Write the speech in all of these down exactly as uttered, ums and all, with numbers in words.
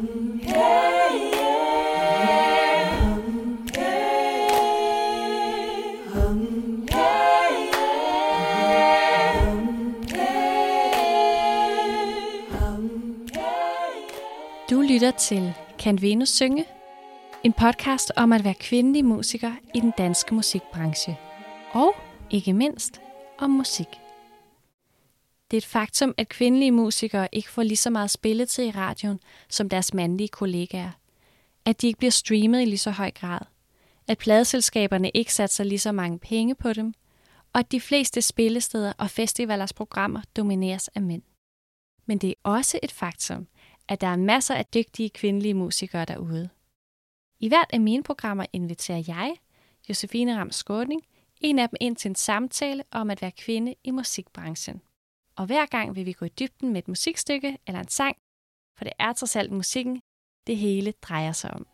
Du lytter til Kan Venus synge? En podcast om at være kvindelig musiker i den danske musikbranche. Og ikke mindst om musik. Det er et faktum, at kvindelige musikere ikke får lige så meget spilletid i radioen som deres mandlige kollegaer. At de ikke bliver streamet i lige så høj grad. At pladeselskaberne ikke satser lige så mange penge på dem. Og at de fleste spillesteder og festivalers programmer domineres af mænd. Men det er også et faktum, at der er masser af dygtige kvindelige musikere derude. I hvert af mine programmer inviterer jeg, Josefine Ram Skaaning, en af dem ind til en samtale om at være kvinde i musikbranchen. Og hver gang vil vi gå i dybden med et musikstykke eller en sang, for det er trods alt musikken, det hele drejer sig om.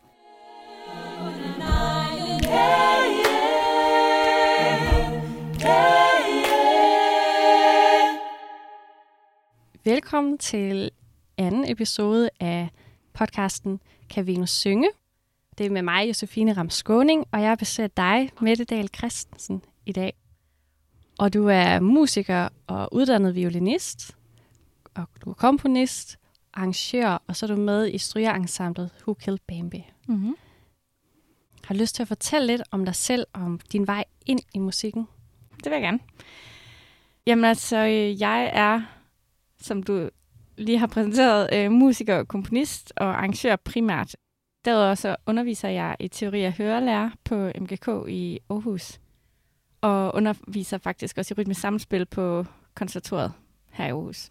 Velkommen til anden episode af podcasten Kan Venus synge? Det er med mig, Josefine Ram Skaaning, og jeg besøger dig, Mette Dahl Christensen, i dag. Og du er musiker og uddannet violinist, og du er komponist, arrangør, og så er du med i strygerensemblet Who Killed Bambi. Mm-hmm. Har du lyst til at fortælle lidt om dig selv, om din vej ind i musikken? Det vil jeg gerne. Jamen altså, jeg er, som du lige har præsenteret, øh, musiker og komponist og arrangør primært. Derudover så underviser jeg i teori af hørelære på M G K i Aarhus. Og underviser faktisk også i rytmisk samspil på konservatoriet her i Aarhus.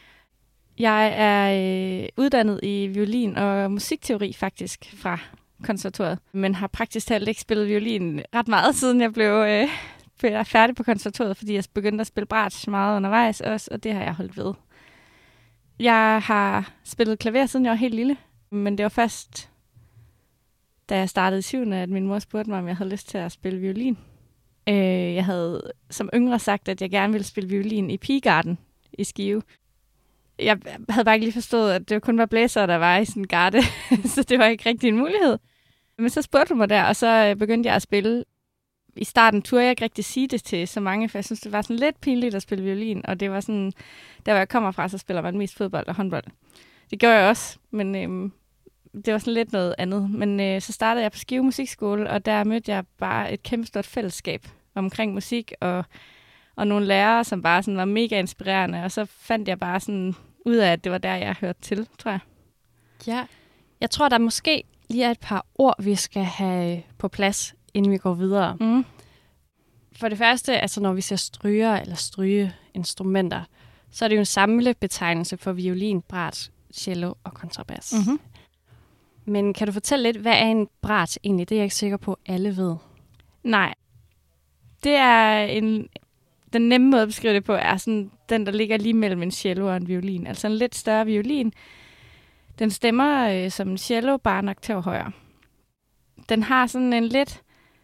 Jeg er øh, uddannet i violin og musikteori faktisk fra konservatoriet, men har praktisk talt ikke spillet violin ret meget, siden jeg blev øh, færdig på konservatoriet, fordi jeg begyndte at spille bratsch meget undervejs også, og det har jeg holdt ved. Jeg har spillet klaver, siden jeg var helt lille, men det var først, da jeg startede i syvende, at min mor spurgte mig, om jeg havde lyst til at spille violin. Jeg havde som yngre sagt, at jeg gerne ville spille violin i Pigegarden i Skive. Jeg havde bare ikke lige forstået, at det kun var blæsere, der var i sådan en garde, så det var ikke rigtig en mulighed. Men så spurgte hun mig der, og så begyndte jeg at spille. I starten turde jeg ikke rigtig sige det til så mange, for jeg synes, det var sådan lidt pinligt at spille violin, og det var sådan, der hvor jeg kommer fra, så spiller man mest fodbold og håndbold. Det gjorde jeg også, men øhm, det var sådan lidt noget andet. Men øh, så startede jeg på Skive Musikskole, og der mødte jeg bare et kæmpestort fællesskab omkring musik, og, og nogle lærere, som bare sådan var mega inspirerende, og så fandt jeg bare sådan ud af, at det var der, jeg hørte til, tror jeg. Ja, jeg tror, der måske lige er et par ord, vi skal have på plads, inden vi går videre. Mm. For det første, altså når vi ser stryger eller strygeinstrumenter, så er det jo en samlebetegnelse for violin, bratsch, cello og kontrabas. Mm-hmm. Men kan du fortælle lidt, hvad er en bratsch egentlig? Det er jeg ikke sikker på, alle ved. Nej. Det er en, den nemme måde at beskrive det på, er sådan den, der ligger lige mellem en cello og en violin. Altså en lidt større violin. Den stemmer øh, som en cello, bare en oktav højere. Den har sådan en lidt,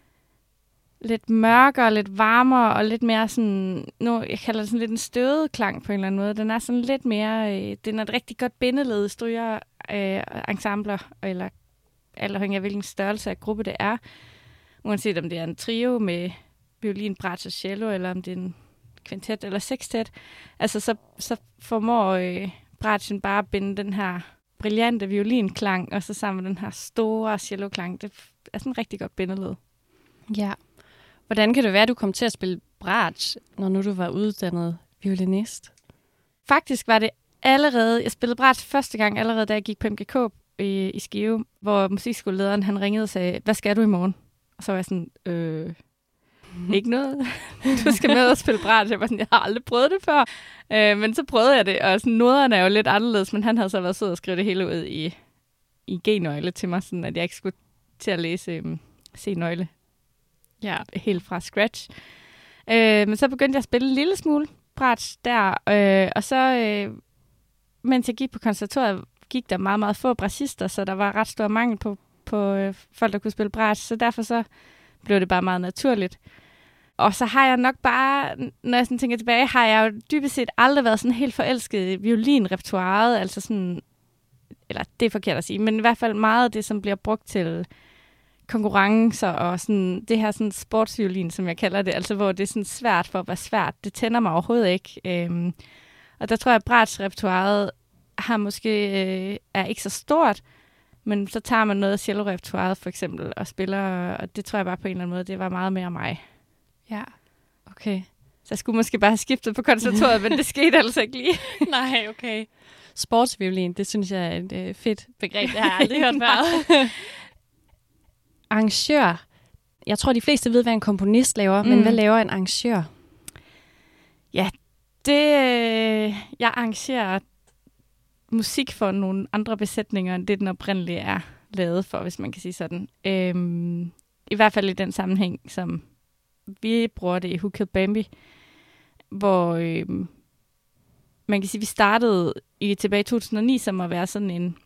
lidt mørkere, lidt varmere og lidt mere sådan, nu jeg kalder det sådan lidt en støvet klang på en eller anden måde. Den er sådan lidt mere, øh, den er et rigtig godt bindeled stryger øh, ensembler, eller afhængig af hvilken størrelse af gruppe det er. Uanset om det er en trio med violin, bratsch og cello, eller om det er en kvintet eller sextet. Altså så, så formår øh, bratschen bare at binde den her brillante violinklang, og så sammen med den her store cello-klang. Det er sådan en rigtig godt bindeled. Ja. Hvordan kan det være, at du kom til at spille bratsch, når nu du var uddannet violinist? Faktisk var det allerede, jeg spillede bratsch første gang, allerede da jeg gik på M G K i, i Skive, hvor musikskolelederen han ringede og sagde, hvad skal du i morgen? Og så var jeg sådan, øh, ikke noget. Du skal med og spille bratsch. Jeg var sådan, jeg har aldrig prøvet det før. Øh, men så prøvede jeg det, og sådan, noderne er jo lidt anderledes, men han havde så været sød og skrive det hele ud i, i G-nøgle til mig, sådan at jeg ikke skulle til at læse um, C-nøgle. Ja, helt fra scratch. Øh, men så begyndte jeg at spille en lille smule bratsch der, øh, og så, øh, mens jeg gik på konservatoriet, gik der meget, meget få bratschister, så der var ret stor mangel på, på øh, folk, der kunne spille bratsch, så derfor så blev det bare meget naturligt. Og så har jeg nok bare, når jeg sådan tænker tilbage, har jeg jo dybest set aldrig været sådan helt forelsket i violinrepertoiret, altså sådan eller det er forkert at sige, men i hvert fald meget af det, som bliver brugt til konkurrencer og sådan, det her sådan sportsviolin, som jeg kalder det, altså hvor det er sådan svært for at være svært. Det tænder mig overhovedet ikke. Øhm, og der tror jeg, at bratschrepertoiret har måske øh, er ikke så stort, men så tager man noget af cellorepertoiret for eksempel og spiller, og det tror jeg bare på en eller anden måde, det var meget mere mig. Ja, okay. Så jeg skulle måske bare have skiftet på konservatoriet, men det skete altså ikke lige. Nej, okay. Sportsviolin, det synes jeg er et øh, fedt begreb, det har jeg aldrig hørt før. Arrangør. Jeg tror, de fleste ved, hvad en komponist laver, mm. men hvad laver en arrangør? Ja, det, øh, jeg arrangerer musik for nogle andre besætninger, end det den oprindelige er lavet for, hvis man kan sige sådan. Øhm, I hvert fald i den sammenhæng, som vi bruger det i Who Killed Bambi, hvor øh, man kan sige, vi startede i tilbage i to tusind og ni som at være sådan en,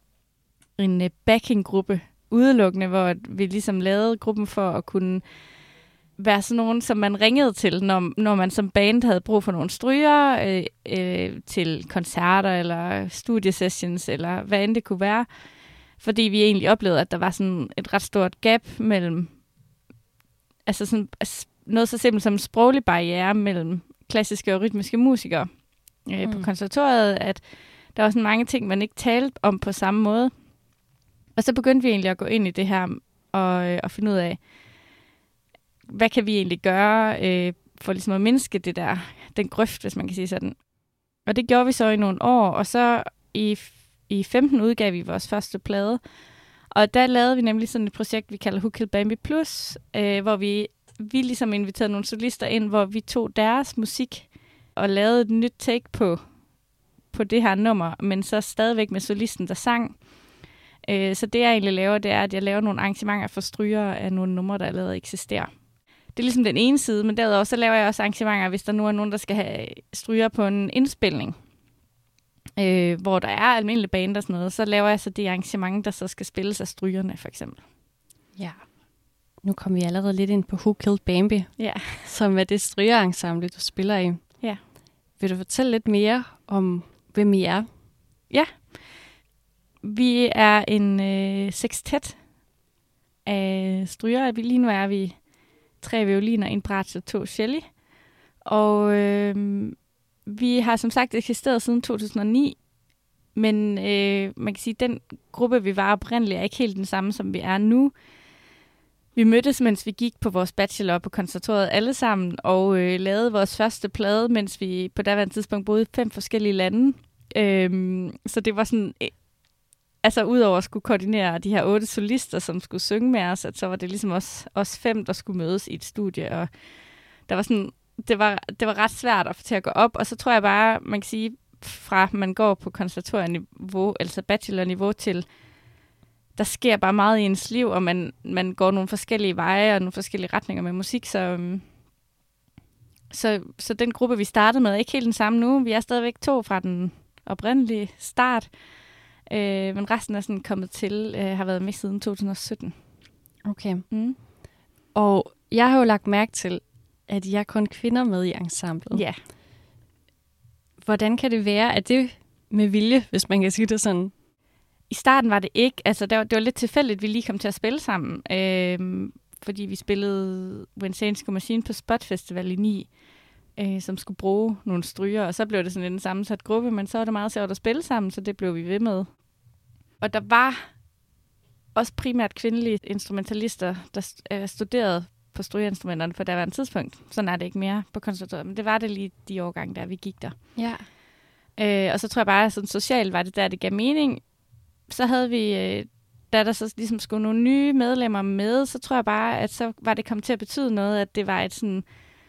en backing-gruppe udelukkende, hvor vi ligesom lavede gruppen for at kunne være sådan nogen, som man ringede til, når, når man som band havde brug for nogle stryger øh, øh, til koncerter eller studiesessions, eller hvad end det kunne være. Fordi vi egentlig oplevede, at der var sådan et ret stort gap mellem, altså sådan noget så simpelt som en sproglig barriere mellem klassiske og rytmiske musikere øh, mm. på konservatoriet, at der var sådan mange ting, man ikke talte om på samme måde. Og så begyndte vi egentlig at gå ind i det her og, øh, og finde ud af, hvad kan vi egentlig gøre øh, for ligesom at mindske det der, den grøft, hvis man kan sige sådan. Og det gjorde vi så i nogle år, og så i, i femten udgav vi vores første plade. Og der lavede vi nemlig sådan et projekt, vi kalder Who Killed Bambi Plus, øh, hvor vi, vi ligesom inviterede nogle solister ind, hvor vi tog deres musik og lavede et nyt take på, på det her nummer, men så stadigvæk med solisten, der sang. Øh, så det jeg egentlig laver, det er, at jeg laver nogle arrangementer for strygere af nogle numre, der allerede eksisterer. Det er ligesom den ene side, men derudover så laver jeg også arrangementer, hvis der nu er nogen, der skal have stryger på en indspilning, øh, hvor der er almindelige bander og sådan noget, så laver jeg så det arrangement, der så skal spilles af strygerne, for eksempel. Ja. Nu kommer vi allerede lidt ind på Who Killed Bambi, ja. som er det strygeensemble, du spiller i. Ja. Vil du fortælle lidt mere om, hvem I er? Ja. Vi er en øh, sextet af strygere. Lige nu er vi tre violiner, en bratsch og to celli. Og øh, vi har som sagt eksisteret siden to tusind og ni, men øh, man kan sige, at den gruppe, vi var oprindeligt, er ikke helt den samme, som vi er nu. Vi mødtes, mens vi gik på vores bachelor på konservatoriet alle sammen, og øh, lavede vores første plade, mens vi på daværende tidspunkt boede i fem forskellige lande. Øh, så det var sådan... Altså udover at skulle koordinere de her otte solister, som skulle synge med os, at så var det ligesom os, os fem, der skulle mødes i et studie. Og der var sådan, det var, det var ret svært at få til at gå op. Og så tror jeg bare, man kan sige, fra man går på konservatorieniveau, altså bachelorniveau til, der sker bare meget i ens liv, og man, man går nogle forskellige veje og nogle forskellige retninger med musik. Så, så, så den gruppe, vi startede med, er ikke helt den samme nu. Vi er stadigvæk to fra den oprindelige start. Øh, men resten er sådan kommet til, øh, har været med siden to tusind og sytten. Okay. Mm. Og jeg har jo lagt mærke til, at jeg er kun kvinder med i ensemblet. Ja. Hvordan kan det være, at det med vilje, hvis man kan sige det sådan? I starten var det ikke. Altså, det var, det var lidt tilfældigt, at vi lige kom til at spille sammen. Øh, fordi vi spillede When Saints Go Machine på Spot Festival i ni, øh, som skulle bruge nogle stryger. Og så blev det sådan en sammensat gruppe, men så var det meget sjovt at spille sammen, så det blev vi ved med. Og der var også primært kvindelige instrumentalister, der øh, studerede på strygeinstrumenterne på daværende tidspunkt. Sådan er det ikke mere på konservatoriet, men det var det lige de årgange, der vi gik der. Ja. Øh, og så tror jeg bare, at sådan socialt var det der, det gav mening. Så havde vi, øh, da der så ligesom skulle nogle nye medlemmer med, så tror jeg bare, at så var det kommet til at betyde noget, at det var et sådan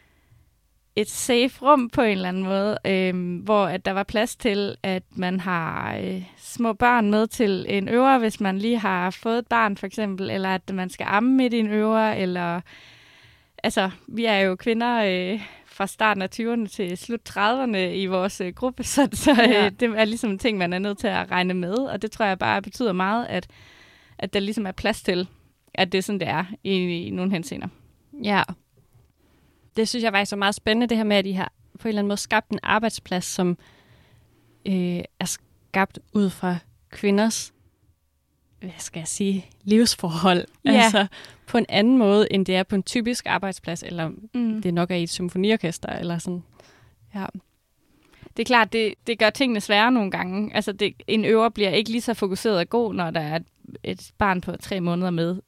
et safe rum på en eller anden måde, øh, hvor at der var plads til, at man har øh, små børn med til en øver, hvis man lige har fået et barn for eksempel, eller at man skal amme midt i en øver, eller altså, vi er jo kvinder øh, fra starten af tyverne til slut trediverne i vores øh, gruppe, så, så øh, ja. Det er ligesom en ting, man er nødt til at regne med, og det tror jeg bare betyder meget, at, at der ligesom er plads til, at det er sådan, det er i, i nogle henseender. Ja. Det synes jeg faktisk er meget spændende, det her med, at I har på en eller anden måde skabt en arbejdsplads, som øh, er skabt ud fra kvinders, hvad skal jeg sige, livsforhold. Ja. Altså på en anden måde, end det er på en typisk arbejdsplads, eller Mm. det nok er i et symfoniorkester, eller sådan. Ja. Det er klart, det, det gør tingene svære nogle gange. Altså, det, en øver bliver ikke lige så fokuseret og god, når der er et, et barn på tre måneder med,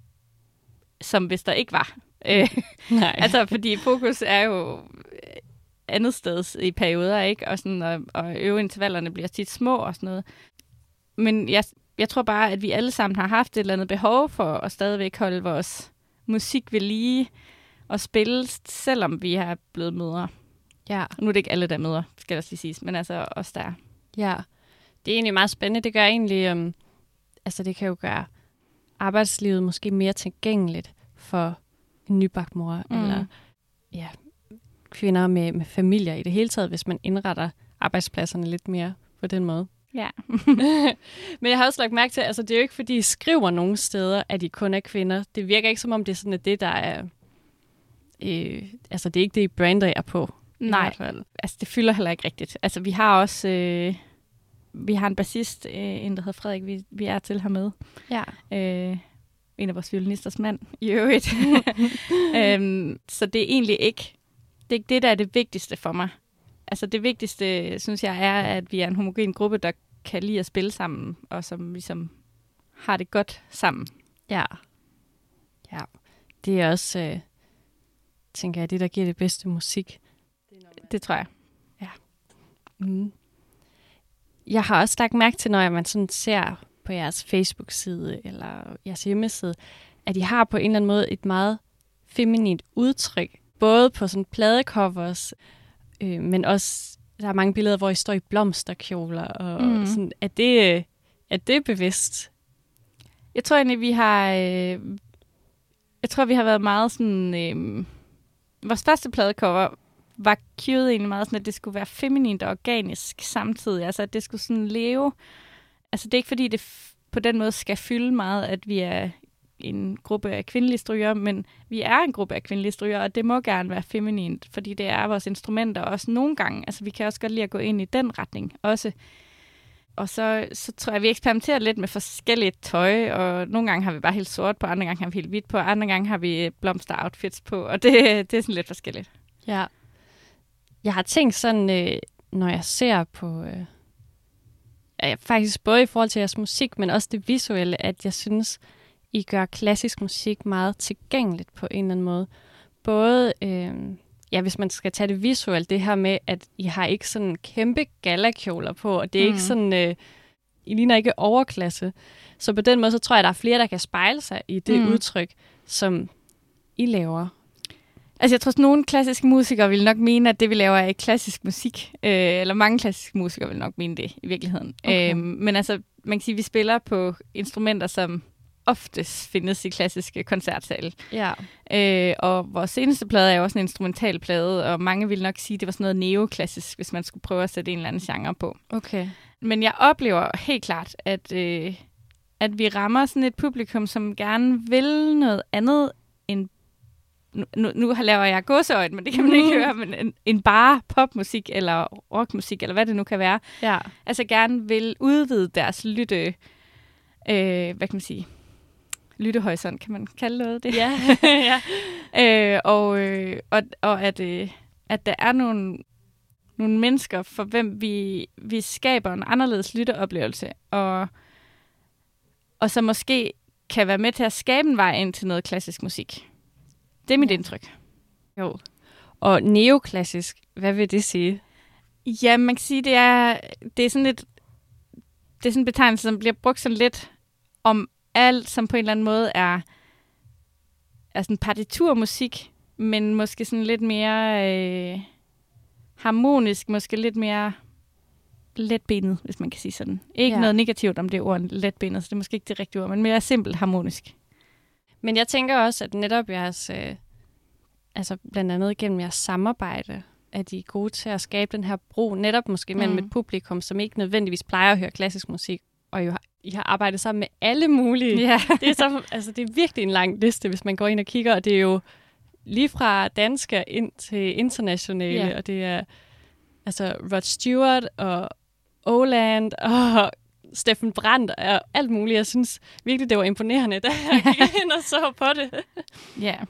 som hvis der ikke var. Øh, Nej. altså, fordi fokus er jo andet sted i perioder, ikke? Og, sådan, og, og øveintervallerne bliver tit små og sådan noget. Men jeg, jeg tror bare, at vi alle sammen har haft et eller andet behov for at stadigvæk holde vores musik ved lige og spille, selvom vi har blevet mødre. Ja. Nu er det ikke alle, der er mødre, skal der lige siges, men altså os der er. Ja. Det er egentlig meget spændende. Det gør egentlig, um, altså det kan jo gøre arbejdslivet måske mere tilgængeligt for en nybagt mor, mm. eller ja, kvinder med, med familier i det hele taget, hvis man indretter arbejdspladserne lidt mere på den måde. Ja. Men jeg har også lagt mærke til, altså det er jo ikke, fordi I skriver nogle steder, at I kun er kvinder. Det virker ikke, som om det er sådan, at det, der er... Øh, altså det er ikke det, I brander jer på. Nej, altså det fylder heller ikke rigtigt. Altså vi har også... Øh, vi har en bassist, øh, en der hedder Frederik, vi, vi er til her med. Ja. Øh, en af vores violinisters mand, i øvrigt. øhm, så det er egentlig ikke... Det er ikke det, der er det vigtigste for mig. Altså det vigtigste, synes jeg, er, at vi er en homogen gruppe, der kan lide at spille sammen, og som ligesom har det godt sammen. Ja. Ja. Det er også, øh, tænker jeg, det, der giver det bedste musik. Det tror jeg. Ja. Mm. Jeg har også lagt mærke til, når man sådan ser på jeres Facebook-side eller jeres hjemmeside, at I har på en eller anden måde et meget feminint udtryk. Både på sådan pladecovers, øh, men også, der er mange billeder, hvor I står i blomsterkjoler. Og mm. sådan, er, det, er det bevidst? Jeg tror egentlig, vi har... Øh, jeg tror, vi har været meget sådan... Øh, vores første pladecover var cued egentlig meget sådan, at det skulle være feminint og organisk samtidig. Altså, at det skulle sådan leve... Altså, det er ikke fordi, det f- på den måde skal fylde meget, at vi er en gruppe af kvindelige strygere, men vi er en gruppe af kvindelige strygere, og det må gerne være feminint, fordi det er vores instrumenter også nogle gange. Altså, vi kan også godt lide at gå ind i den retning også. Og så, så tror jeg, vi eksperimenterer lidt med forskelligt tøj, og nogle gange har vi bare helt sort på, andre gange har vi helt hvidt på, andre gange har vi blomster-outfits på, og det, det er sådan lidt forskelligt. Ja. Jeg har tænkt sådan, øh, når jeg ser på... Øh, ja, faktisk både i forhold til jeres musik, men også det visuelle, at jeg synes, I gør klassisk musik meget tilgængeligt på en eller anden måde. Både, øh, ja, hvis man skal tage det visuelt, det her med, at I har ikke sådan kæmpe galakjoler på, og det er mm. ikke sådan, øh, I ligner ikke overklasse. Så på den måde, så tror jeg, at der er flere, der kan spejle sig i det mm. udtryk, som I laver. Altså jeg tror, at nogle klassiske musikere vil nok mene, at det, vi laver, er klassisk musik. Øh, eller mange klassiske musikere vil nok mene det i virkeligheden. Okay. Øh, men altså, man kan sige, at vi spiller på instrumenter, som oftest findes i klassiske koncertsale. Ja. Øh, og vores seneste plade er jo også en instrumental plade, og mange vil nok sige, at det var sådan noget neoklassisk, hvis man skulle prøve at sætte en eller anden genre på. Okay. Men jeg oplever helt klart, at, øh, at vi rammer sådan et publikum, som gerne vil noget andet end... Nu, nu, nu laver jeg gåseøjne, men det kan man ikke høre, men en, en bare popmusik eller rockmusik, eller hvad det nu kan være. Ja. Altså gerne vil udvide deres lytte... Øh, hvad kan man sige? Lyttehorisont, kan man kalde noget det? Ja. ja. øh, og, øh, og, og at, øh, at der er nogle, nogle mennesker, for hvem vi, vi skaber en anderledes lytteoplevelse, og, og så måske kan være med til at skabe en vej ind til noget klassisk musik. Det er mit ja. indtryk. Jo. Og neoklassisk, hvad vil det sige? Ja, man kan sige, det er, det er sådan lidt, det er sådan en betegnelse, som bliver brugt sådan lidt om alt, som på en eller anden måde er, er sådan partiturmusik, men måske sådan lidt mere øh, harmonisk, måske lidt mere letbenet, hvis man kan sige sådan. Ikke ja. noget negativt om det ord letbenet, så det er måske ikke det rigtige ord, men mere simpelt harmonisk. Men jeg tænker også, at netop jeres, øh, altså blandt andet gennem jeres samarbejde, at I er gode til at skabe den her bro, netop måske mellem mm. et publikum, som ikke nødvendigvis plejer at høre klassisk musik, og jo har, I har arbejdet sammen med alle mulige. Yeah. det, er så, altså, det er virkelig en lang liste, hvis man går ind og kigger, og det er jo lige fra danske ind til internationale, yeah. og det er altså Rod Stewart og Oland og Steffen Brandt og alt muligt. Jeg synes virkelig, det var imponerende, da jeg gik ind og så på det. Ja. Yeah.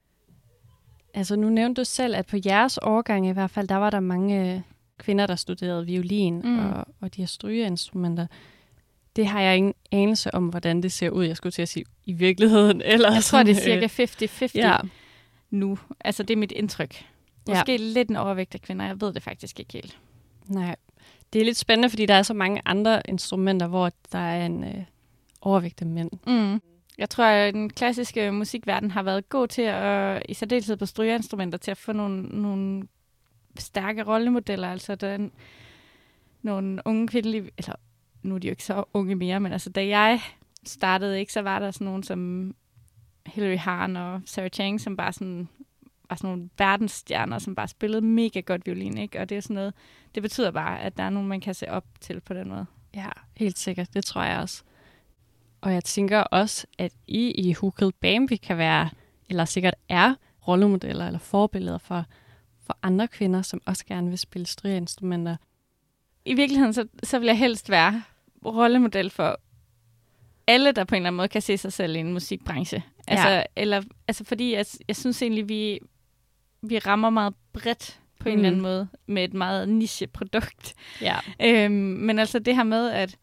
Altså, nu nævnte du selv, at på jeres årgang i hvert fald, der var der mange kvinder, der studerede violin mm. og, og de her strygeinstrumenter. Det har jeg ingen anelse om, hvordan det ser ud. Jeg skulle til at sige i virkeligheden. Eller jeg tror, sådan, det er cirka halvtreds halvtreds ja. nu. Altså, det er mit indtryk. Måske ja. lidt en overvægt af kvinder. Jeg ved det faktisk ikke helt. Nej. Det er lidt spændende, fordi der er så mange andre instrumenter, hvor der er en øh, overvægt af mænd. Mm. Jeg tror, at den klassiske musikverden har været god til at, i særdeleshed på strygeinstrumenter, til at få nogle, nogle stærke rollemodeller. Altså, der er nogle unge kvindelige, eller nu er de jo ikke så unge mere, men altså, da jeg startede, ikke, så var der sådan nogen som Hilary Hahn og Sarah Chang, som bare sådan, var sådan nogle verdensstjerner, som bare spillede mega godt violin, ikke? Og det er sådan noget, det betyder bare, at der er nogen, man kan se op til på den måde. Ja, helt sikkert. Det tror jeg også. Og jeg tænker også, at I i Huckelbambi kan være, eller sikkert er, rollemodeller eller forbilleder for, for andre kvinder, som også gerne vil spille strygeinstrumenter. I virkeligheden, så, så vil jeg helst være rollemodel for alle, der på en eller anden måde kan se sig selv i en musikbranche. Altså, ja. eller, altså fordi jeg, jeg synes egentlig, vi, vi rammer meget bredt på en mm. eller anden måde med et meget niche-produkt. Ja. Øhm, men altså det her med, at,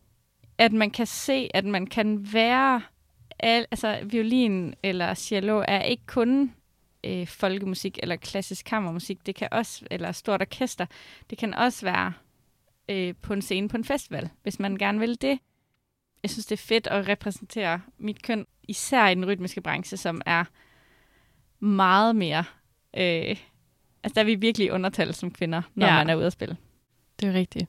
at man kan se, at man kan være... Al, altså violin eller cello er ikke kun øh, folkemusik eller klassisk kammermusik. Det kan også, eller stort orkester, det kan også være øh, på en scene på en festival, hvis man gerne vil det. Jeg synes, det er fedt at repræsentere mit køn, især i den rytmiske branche, som er meget mere... Øh, altså, der er vi virkelig undertal som kvinder, når ja. man er ude at spille. Det er rigtigt.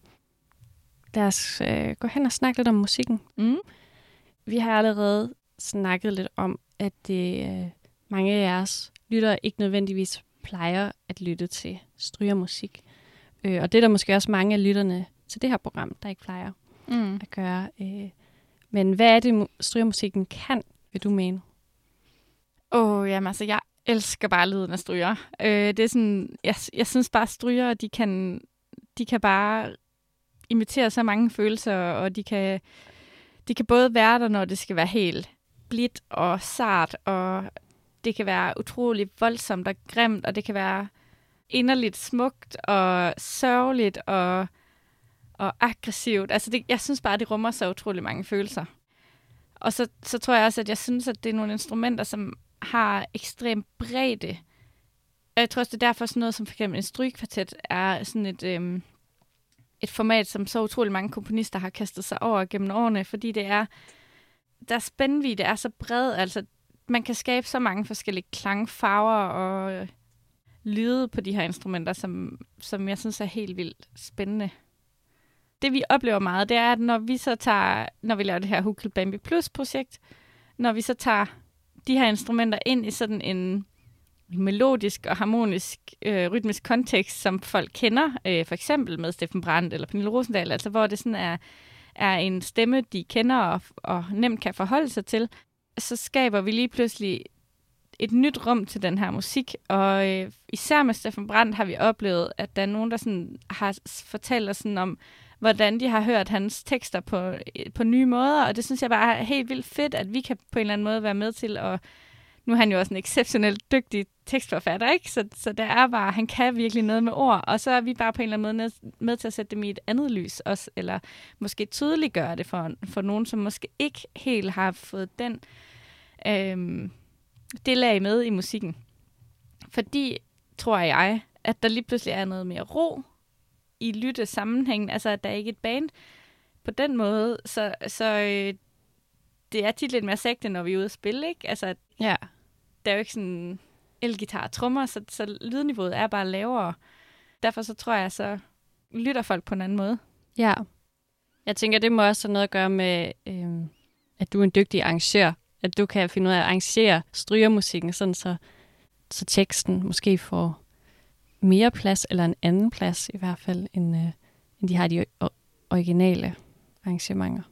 Lad os øh, gå hen og snakke lidt om musikken. Mm. Vi har allerede snakket lidt om, at det, øh, mange af jeres lyttere ikke nødvendigvis plejer at lytte til strygermusik. Øh, og det er der måske også mange af lytterne til det her program, der ikke plejer mm. at gøre. Øh. Men hvad er det, strygermusikken kan, vil du mene? Åh, oh, jamen altså, jeg elsker bare lyden af stryger. Øh, det er sådan, jeg, jeg synes bare, stryger, de kan, de kan bare imitere så mange følelser, og de kan, de kan både være der, når det skal være helt blidt og sart, og det kan være utrolig voldsomt og grimt, og det kan være inderligt smukt og sørgeligt og, og aggressivt. Altså det, jeg synes bare, det rummer så utrolig mange følelser. Og så, så tror jeg også, at jeg synes, at det er nogle instrumenter, som har ekstrem bredde. Og jeg tror også, det er derfor sådan noget som for eksempel en strygekvartet er sådan et, øhm, et format, som så utrolig mange komponister har kastet sig over gennem årene, fordi det er, der er spændvidde, er så bred, altså man kan skabe så mange forskellige klangfarver og lyde på de her instrumenter, som, som jeg synes er helt vildt spændende. Det vi oplever meget, det er, at når vi så tager, når vi laver det her Huckelbambi Plus-projekt, når vi så tager de her instrumenter ind i sådan en melodisk og harmonisk øh, rytmisk kontekst, som folk kender, øh, for eksempel med Steffen Brandt eller Pernille Rosendahl, altså hvor det sådan er, er en stemme, de kender og, og nemt kan forholde sig til, så skaber vi lige pludselig et nyt rum til den her musik, og øh, især med Steffen Brandt har vi oplevet, at der er nogen, der sådan har fortalt os sådan om, hvordan de har hørt hans tekster på, på nye måder, og det synes jeg bare er helt vildt fedt, at vi kan på en eller anden måde være med til, og nu er han jo også en exceptionelt dygtig tekstforfatter, ikke? Så, så der er bare, han kan virkelig noget med ord, og så er vi bare på en eller anden måde med til at sætte dem i et andet lys også, eller måske tydeliggøre det for, for nogen, som måske ikke helt har fået den øhm, det lag med i musikken. Fordi, tror jeg, at der lige pludselig er noget mere ro i lytte sammenhængen, altså at der er ikke et band på den måde, så, så øh, det er tit lidt mere sægte, når vi er ude at spille, ikke? Altså, ja. Der er jo ikke sådan elgitar og trommer, så, så lydniveauet er bare lavere. Derfor så tror jeg, så lytter folk på en anden måde. Ja. Jeg tænker, det må også have noget at gøre med, øh, at du er en dygtig arrangør, at du kan finde ud af at arrangere strygermusikken, sådan så, så teksten måske får mere plads, eller en anden plads i hvert fald, end, øh, end de har de originale arrangementer.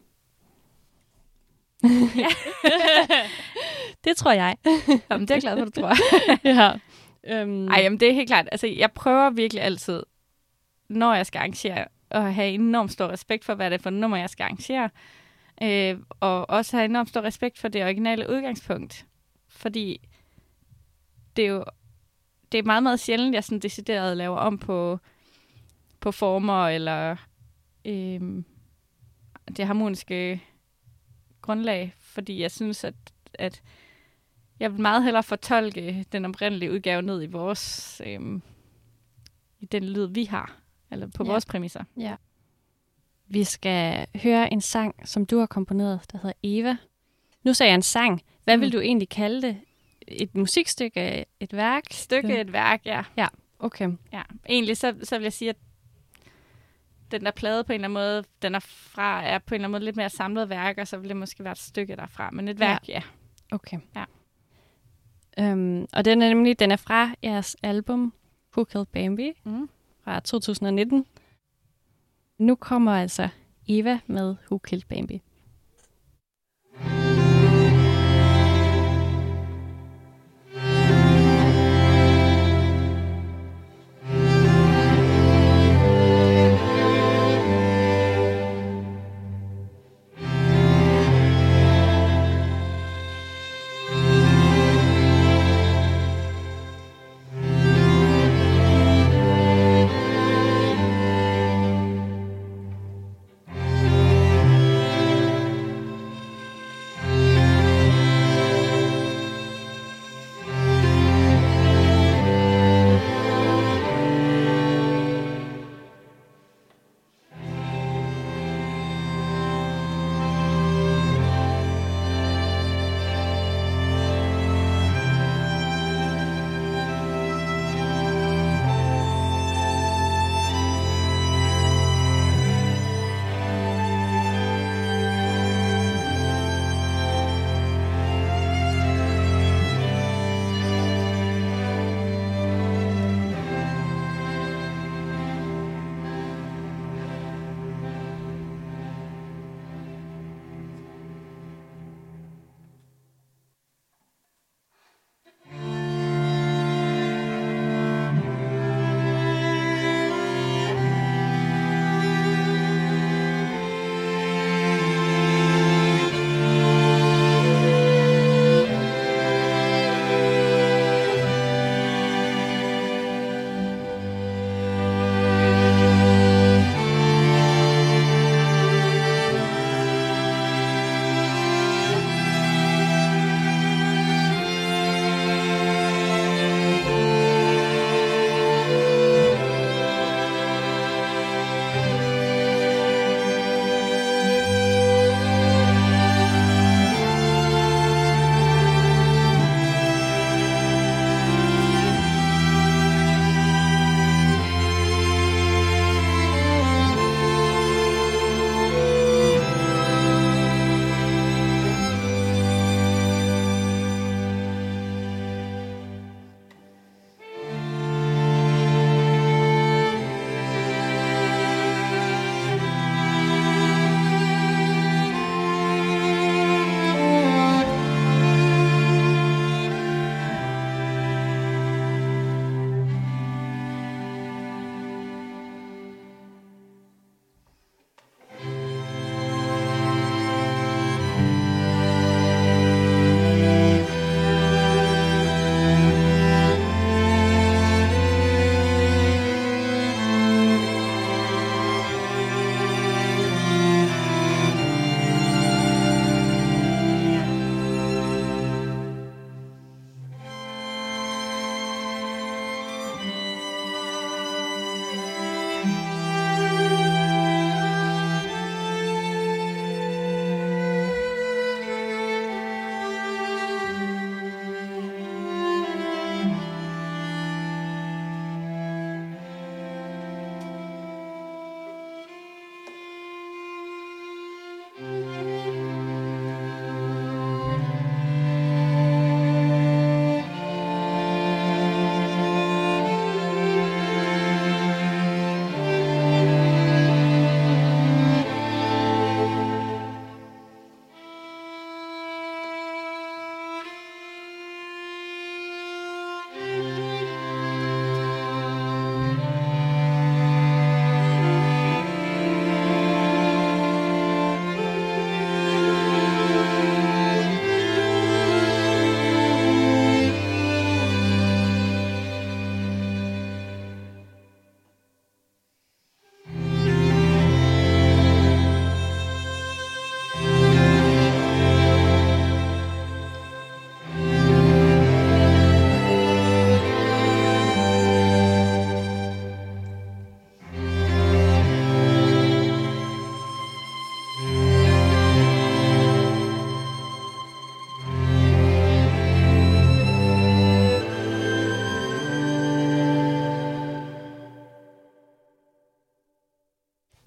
Ja. Det tror jeg. Jamen, det er jeg glad for, du tror. Ja. Um... Ej, jamen, det er helt klart. Altså, jeg prøver virkelig altid, når jeg skal arrangere at have enormt stor respekt for, hvad det er for et nummer, jeg skal arrangere. Øh, og også have enormt stor respekt for det originale udgangspunkt. Fordi det er jo det er meget, meget sjældent, jeg sådan decideret laver om på, på former eller øh, det harmoniske grundlag. Fordi jeg synes, at, at jeg vil meget hellere fortolke den oprindelige udgave ned i vores øh, i den lyd, vi har. Eller på ja. vores præmisser. Ja. Vi skal høre en sang, som du har komponeret, der hedder Eva. Nu sagde jeg en sang. Hvad mm. vil du egentlig kalde det? Et musikstykke? Et værk? Stykke, et værk, ja. Ja, okay. Ja. Egentlig så, så vil jeg sige, at den der plade på en eller anden måde, den er fra, er på en eller anden måde lidt mere samlet værk, og så vil det måske være et stykke derfra. Men et værk, ja. ja. Okay. Ja. Um, og den er nemlig, den er fra jeres album, Who Killed Bambi? Mm. Fra to tusind nitten. Nu kommer altså Eva med Who Killed Bambi.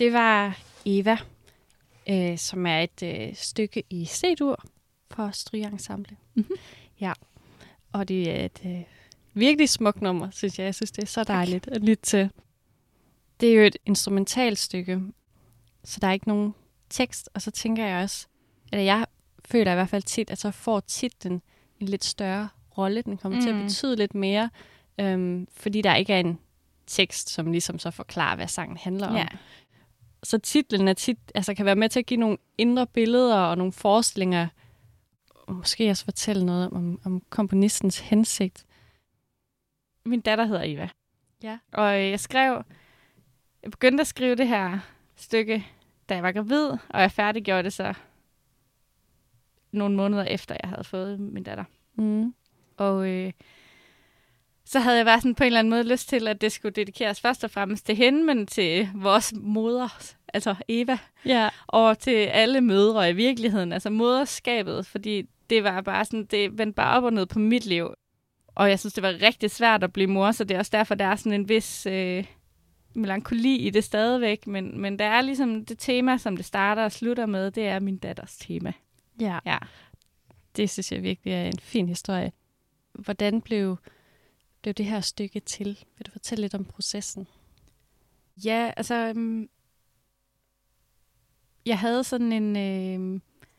det var Eva, øh, som er et øh, stykke i C-dur for strygeensemble. Mm-hmm. Ja, og det er et øh, virkelig smukt nummer, synes jeg. Jeg synes, det er så dejligt at lytte til. Det er jo et instrumentalt stykke, så der er ikke nogen tekst, og så tænker jeg også, eller jeg føler i hvert fald tit, at så får titlen en lidt større rolle. Den kommer mm. til at betyde lidt mere, øhm, fordi der ikke er en tekst, som ligesom så forklarer, hvad sangen handler om. Ja. Så titlen er tit, altså kan være med til at give nogle indre billeder og nogle forestillinger, og måske også fortælle noget om, om komponistens hensigt. Min datter hedder Eva. Ja. Og jeg skrev, jeg begyndte at skrive det her stykke, da jeg var gravid, og jeg færdiggjorde det så nogle måneder efter, jeg havde fået min datter. Mm. Og øh, så havde jeg bare sådan på en eller anden måde lyst til, at det skulle dedikeres først og fremmest til hende, men til vores moder, altså Eva, Ja. og til alle mødre i virkeligheden, altså moderskabet, fordi det var bare sådan, det vendte bare op og ned på mit liv. Og jeg synes, det var rigtig svært at blive mor, så det er også derfor, der er sådan en vis øh, melankoli i det stadigvæk, men, men der er ligesom det tema, som det starter og slutter med, det er min datters tema. Ja. Ja. Det synes jeg virkelig er en fin historie. Hvordan blev, blev det her stykke til? Vil du fortælle lidt om processen? Ja, altså, øhm, jeg havde sådan en, øh,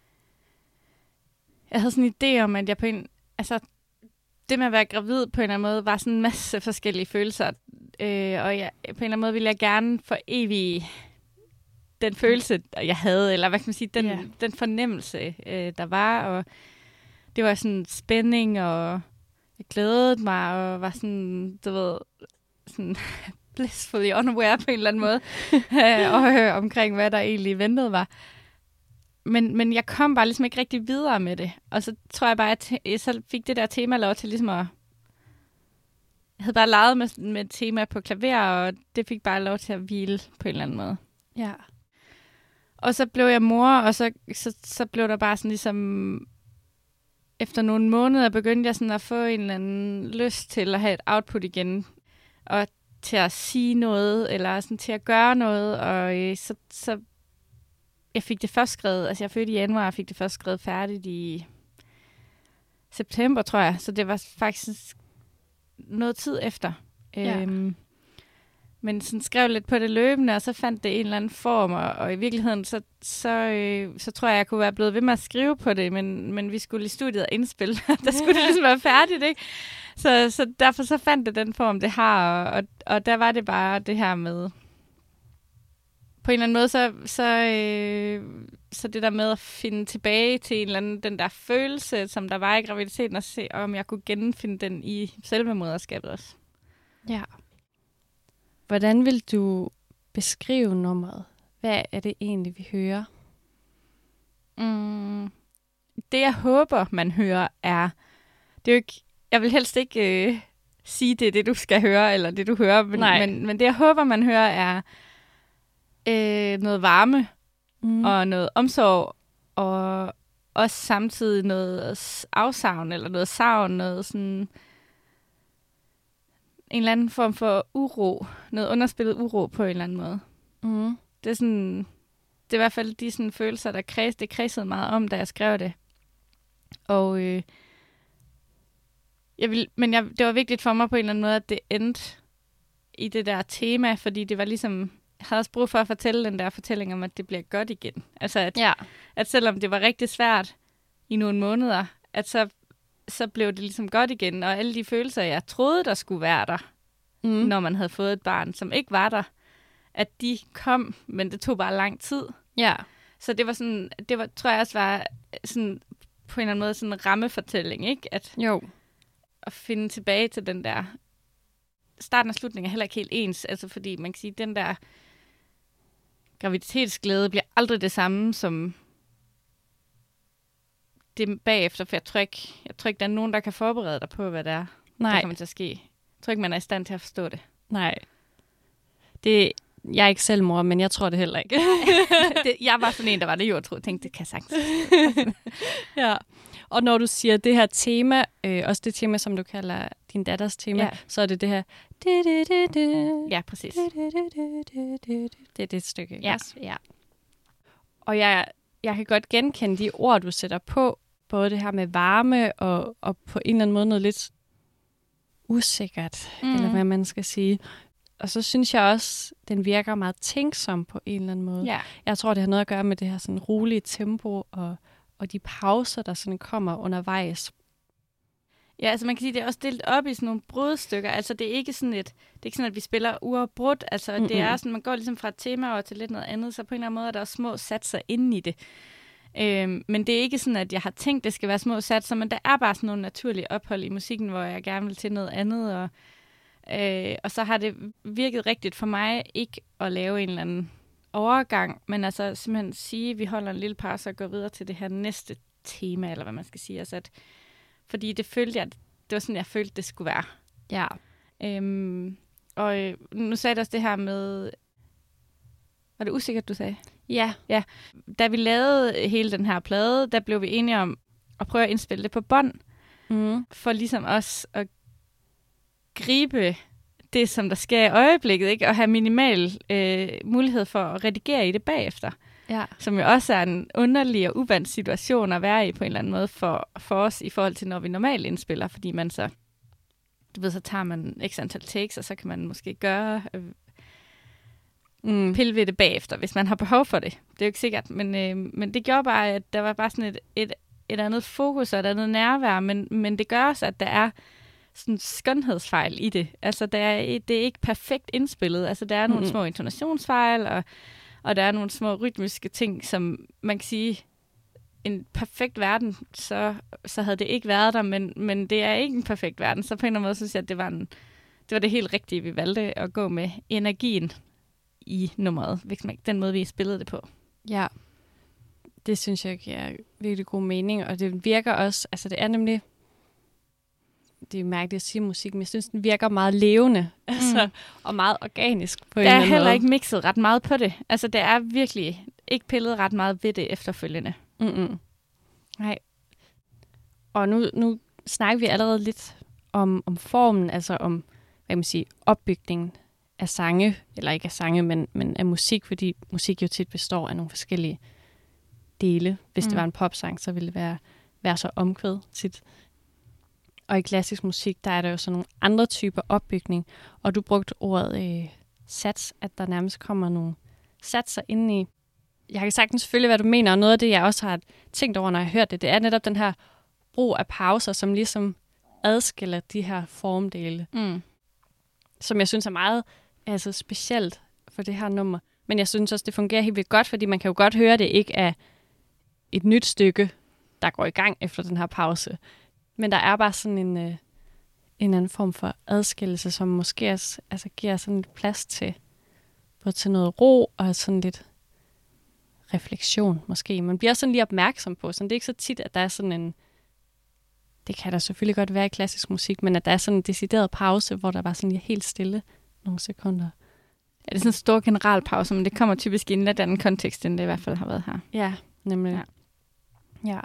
jeg havde sådan en idé om, at jeg på en, altså, det med at være gravid på en eller anden måde, var sådan en masse forskellige følelser, øh, og jeg, på en eller anden måde ville jeg gerne for evigt den følelse, jeg havde, eller hvad kan man sige, den, Ja. den fornemmelse, øh, der var, og det var sådan spænding, og jeg glædede mig, og var sådan, du ved, sådan blissfully unaware på en eller anden måde, øh, og øh, omkring, hvad der egentlig ventede var. Men, men jeg kom bare ligesom ikke rigtig videre med det, og så tror jeg bare, at jeg så fik det der tema lov til ligesom at, jeg havde bare leget med, med et tema på klaver, og det fik bare lov til at hvile på en eller anden måde. Ja. Og så blev jeg mor, og så, så, så blev der bare sådan ligesom, efter nogle måneder begyndte jeg sådan at få en eller anden lyst til at have et output igen, og til at sige noget, eller sådan til at gøre noget, og øh, så, så jeg fik det først skrevet, altså jeg fødte i januar, og fik det først skrevet færdigt i september, tror jeg, så det var faktisk noget tid efter. Ja. Øhm, men sådan skrev lidt på det løbende, og så fandt det en eller anden form, og, og i virkeligheden, så, så, øh, så tror jeg, jeg kunne være blevet ved med at skrive på det, men, men vi skulle i studiet og indspille, der skulle det ligesom være færdigt, ikke? Så, så derfor så fandt det den form, det har, og, og, og der var det bare det her med, på en eller anden måde, så, så, øh, så det der med at finde tilbage til en eller anden, den der følelse, som der var i graviditeten, og se, om jeg kunne genfinde den i selve moderskabet også. Ja. Hvordan vil du beskrive nummeret? Hvad er det egentlig, vi hører? Mm, det, jeg håber, man hører, er, det er jo ikke, jeg vil helst ikke øh, sige, det er det, du skal høre, eller det, du hører, men, men, men det, jeg håber, man hører, er øh, noget varme, mm. og noget omsorg, og også samtidig noget afsavn, eller noget savn, noget sådan, en eller anden form for uro, noget underspillet uro på en eller anden måde. Mm. Det er sådan, det er i hvert fald de sådan følelser, der kreds, det kredsede meget om, da jeg skrev det. Og øh, jeg vil, men jeg, det var vigtigt for mig på en eller anden måde, at det endte i det der tema, fordi det var ligesom, jeg havde også brug for at fortælle den der fortælling om, at det bliver godt igen. Altså, at, Ja. at selvom det var rigtig svært i nogle måneder, at så, så blev det ligesom godt igen, og alle de følelser, jeg troede, der skulle være der, mm. når man havde fået et barn, som ikke var der, at de kom, men det tog bare lang tid. Ja. Så det var sådan, det var, tror jeg også var sådan, på en eller anden måde sådan en rammefortælling, ikke? At, Jo. at finde tilbage til den der, starten og slutningen er heller ikke helt ens, altså fordi man kan sige, den der graviditetsglæde bliver aldrig det samme som det bagefter, for jeg tror ikke, jeg tror ikke, der er nogen, der kan forberede dig på, hvad det er, Nej. der kommer til at ske. Jeg tror ikke, man er i stand til at forstå det. Nej. Det, jeg er ikke selv mor, men jeg tror det heller ikke. det, jeg var sådan en, der var det jordtro. Jeg tænkte, det kan jeg sagtens. Ja. Og når du siger det her tema, øh, også det tema, som du kalder din datters tema, ja. Så er det det her... Ja, præcis. Det er det stykke, ja. Også? Ja. Og jeg, jeg kan godt genkende de ord, du sætter på, både det her med varme og, og på en eller anden måde noget lidt usikkert, mm. eller hvad man skal sige. Og så synes jeg også, den virker meget tænksom på en eller anden måde. Ja. Jeg tror, det har noget at gøre med det her sådan rolige tempo og, og de pauser, der sådan kommer undervejs. Ja, altså man kan sige, det er også delt op i sådan nogle brudstykker. Altså det er ikke sådan et, det er ikke sådan, at vi spiller uafbrudt. Altså mm-hmm. det er sådan, man går ligesom fra et tema over til lidt noget andet, så på en eller anden måde er der også små satser inde i det. Øhm, men det er ikke sådan, at jeg har tænkt, det skal være små satser, men der er bare sådan nogle naturlige ophold i musikken, hvor jeg gerne vil til noget andet. Og, øh, og så har det virket rigtigt for mig ikke at lave en eller anden overgang, men altså simpelthen sige, at vi holder en lille pause og går videre til det her næste tema, eller hvad man skal sige. Altså at, fordi det følte jeg, det var sådan, jeg følte, det skulle være. Ja. Øhm, og øh, nu sagde du også det her med... Var det usikkert, du sagde? Ja. Ja. Da vi lavede hele den her plade, der blev vi enige om at prøve at indspille det på bånd, mm. for ligesom også at gribe det, som der sker i øjeblikket, ikke? Og have minimal øh, mulighed for at redigere i det bagefter. Ja. Som jo også er en underlig og uvandt situation at være i på en eller anden måde for, for os i forhold til, når vi normalt indspiller, fordi man så, du ved, så tager man x antal takes, og så kan man måske gøre, øh, mm. pille ved det bagefter, hvis man har behov for det. Det er jo ikke sikkert, men, øh, men det gjorde bare, at der var bare sådan et, et, et andet fokus og et andet nærvær, men, men det gør også, at der er sådan skønhedsfejl i det. Altså, der er, det er ikke perfekt indspillet. Altså, der er nogle mm. små intonationsfejl, og Og der er nogle små rytmiske ting, som man kan sige, en perfekt verden, så, så havde det ikke været der, men, men det er ikke en perfekt verden. Så på en eller anden måde synes jeg, at det var, en, det var det helt rigtige, vi valgte at gå med energien i nummeret, den måde, vi spillede det på. Ja, det synes jeg giver virkelig god mening, og det virker også, altså det er nemlig, det er mærkeligt at sige musik, men jeg synes, den virker meget levende, mm. altså, og meget organisk på en eller anden måde. Der er heller ikke mixet ret meget på det. Altså, det er virkelig ikke pillet ret meget ved det efterfølgende. Mm-mm. Nej. Og nu, nu snakker vi allerede lidt om, om formen, altså om, hvad kan man sige, opbygningen af sange, eller ikke af sange, men, men af musik, fordi musik jo tit består af nogle forskellige dele. Hvis mm. det var en popsang, så ville det være, være så omkvæd tit. Og i klassisk musik, der er der jo sådan nogle andre typer opbygning. Og du brugte ordet øh, sats, at der nærmest kommer nogle satser indeni. Jeg kan sagtens selvfølgelig, hvad du mener, og noget af det, jeg også har tænkt over, når jeg har hørt det, det er netop den her brug af pauser, som ligesom adskiller de her formdele. Mm. Som jeg synes er meget altså, specielt for det her nummer. Men jeg synes også, det fungerer helt vildt godt, fordi man kan jo godt høre, det ikke er et nyt stykke, der går i gang efter den her pause. Men der er bare sådan en, øh, en anden form for adskillelse, som måske også, altså, giver sådan lidt plads til, både til noget ro og sådan lidt refleksion måske. Man bliver sådan lige opmærksom på, så det er ikke så tit, at der er sådan en, det kan der selvfølgelig godt være i klassisk musik, men at der er sådan en decideret pause, hvor der bare sådan lige er helt stille nogle sekunder. Ja, det er sådan en stor generalpause, men det kommer typisk i en lidt anden kontekst, end det i hvert fald har været her. Ja, nemlig. Ja. ja.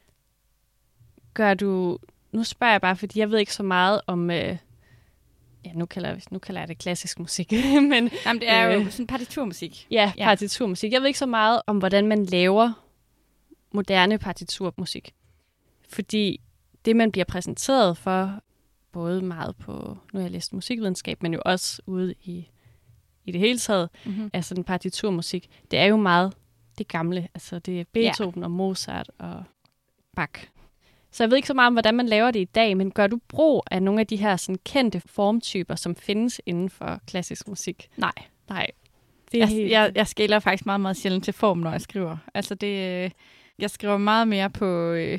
Gør du... Nu spørger jeg bare, fordi jeg ved ikke så meget om... Øh, ja, nu kalder, jeg, nu kalder jeg det klassisk musik. men, Jamen, det er øh, jo sådan partiturmusik. Ja, ja, partiturmusik. Jeg ved ikke så meget om, hvordan man laver moderne partiturmusik. Fordi det, man bliver præsenteret for, både meget på... Nu har jeg læst musikvidenskab, men jo også ude i, i det hele taget, mm-hmm. af sådan partiturmusik. Det er jo meget det gamle. Altså, det er Beethoven ja. og Mozart og Bach. Så jeg ved ikke så meget om, hvordan man laver det i dag, men gør du brug af nogle af de her sådan, kendte formtyper, som findes inden for klassisk musik? Nej. Nej. Det er jeg, helt... jeg, jeg skiller faktisk meget, meget sjældent til form, når jeg skriver. Altså det, jeg skriver meget mere på, øh,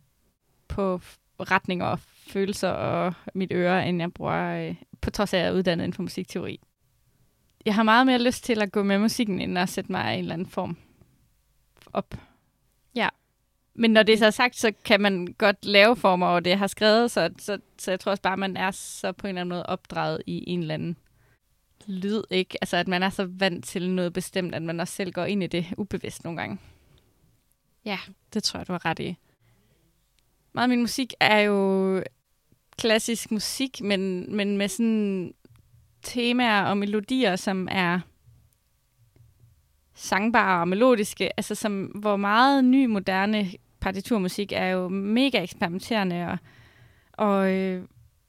på retninger og følelser og mit øre, end jeg bruger, øh, på trods af at jeg er uddannet inden for musikteori. Jeg har meget mere lyst til at gå med musikken, end at sætte mig i en eller anden form op. Ja. Men når det er så sagt, så kan man godt lave former over det, jeg har skrevet, så, så, så jeg tror også bare, at man er så på en eller anden måde opdraget i en eller anden lyd, ikke? Altså, at man er så vant til noget bestemt, at man også selv går ind i det ubevidst nogle gange. Ja, det tror jeg, du har ret i. meget af min musik er jo klassisk musik, men, men med sådan temaer og melodier, som er sangbare og melodiske, altså som, hvor meget ny, moderne partiturmusik er jo mega eksperimenterende, og, og, øh,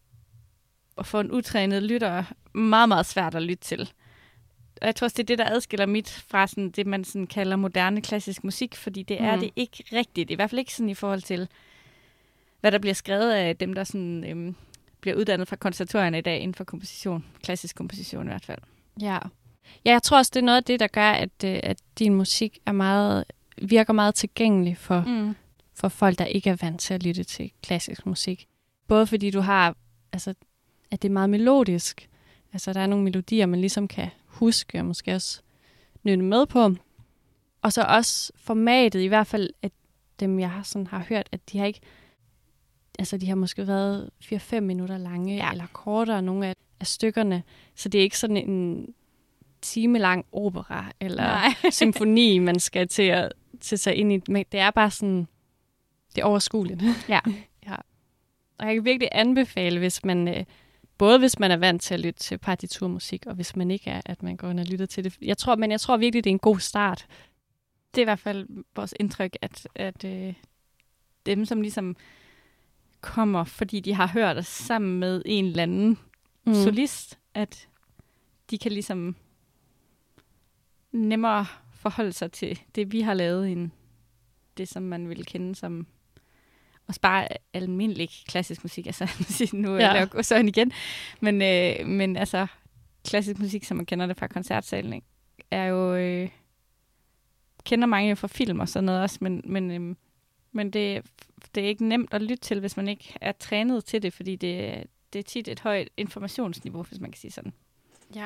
og for en utrænet lytter meget, meget svært at lytte til. Og jeg tror også, det er det, der adskiller mit fra sådan, det, man sådan kalder moderne klassisk musik, fordi det er mm. det ikke rigtigt. I hvert fald ikke sådan i forhold til, hvad der bliver skrevet af dem, der sådan, øhm, bliver uddannet fra konservatorierne i dag inden for komposition. Klassisk komposition i hvert fald. Ja. Ja, jeg tror også, det er noget af det, der gør, at, at din musik er meget, virker meget tilgængelig for, mm. for folk, der ikke er vant til at lytte til klassisk musik. Både fordi du har, altså, at det er meget melodisk. Altså, der er nogle melodier, man ligesom kan huske og måske også nynne med på. Og så også formatet, i hvert fald, at dem, jeg sådan har hørt, at de har ikke, altså, de har måske været fire fem minutter lange, ja. eller kortere, nogle af, af stykkerne. Så det er ikke sådan en timelang opera eller symfoni, man skal til at til sig ind i. Men det er bare sådan, det er overskueligt. Ja. Ja. Og jeg kan virkelig anbefale, hvis man, øh, både hvis man er vant til at lytte til partiturmusik, og hvis man ikke er, at man går ind og lytter til det. Jeg tror, men jeg tror virkelig, det er en god start. Det er i hvert fald vores indtryk, at, at øh, dem, som ligesom kommer, fordi de har hørt os sammen med en eller anden mm. solist, at de kan ligesom nemmere forholde sig til det, vi har lavet, end det, som man ville kende som også bare almindelig klassisk musik. Altså, nu ja. laver jeg sådan igen. Men, øh, men altså, klassisk musik, som man kender det fra koncertsalen, er jo... Øh, kender mange jo fra film og sådan noget også, men, men, øh, men det, det er ikke nemt at lytte til, hvis man ikke er trænet til det, fordi det, det er tit et højt informationsniveau, hvis man kan sige sådan. Ja.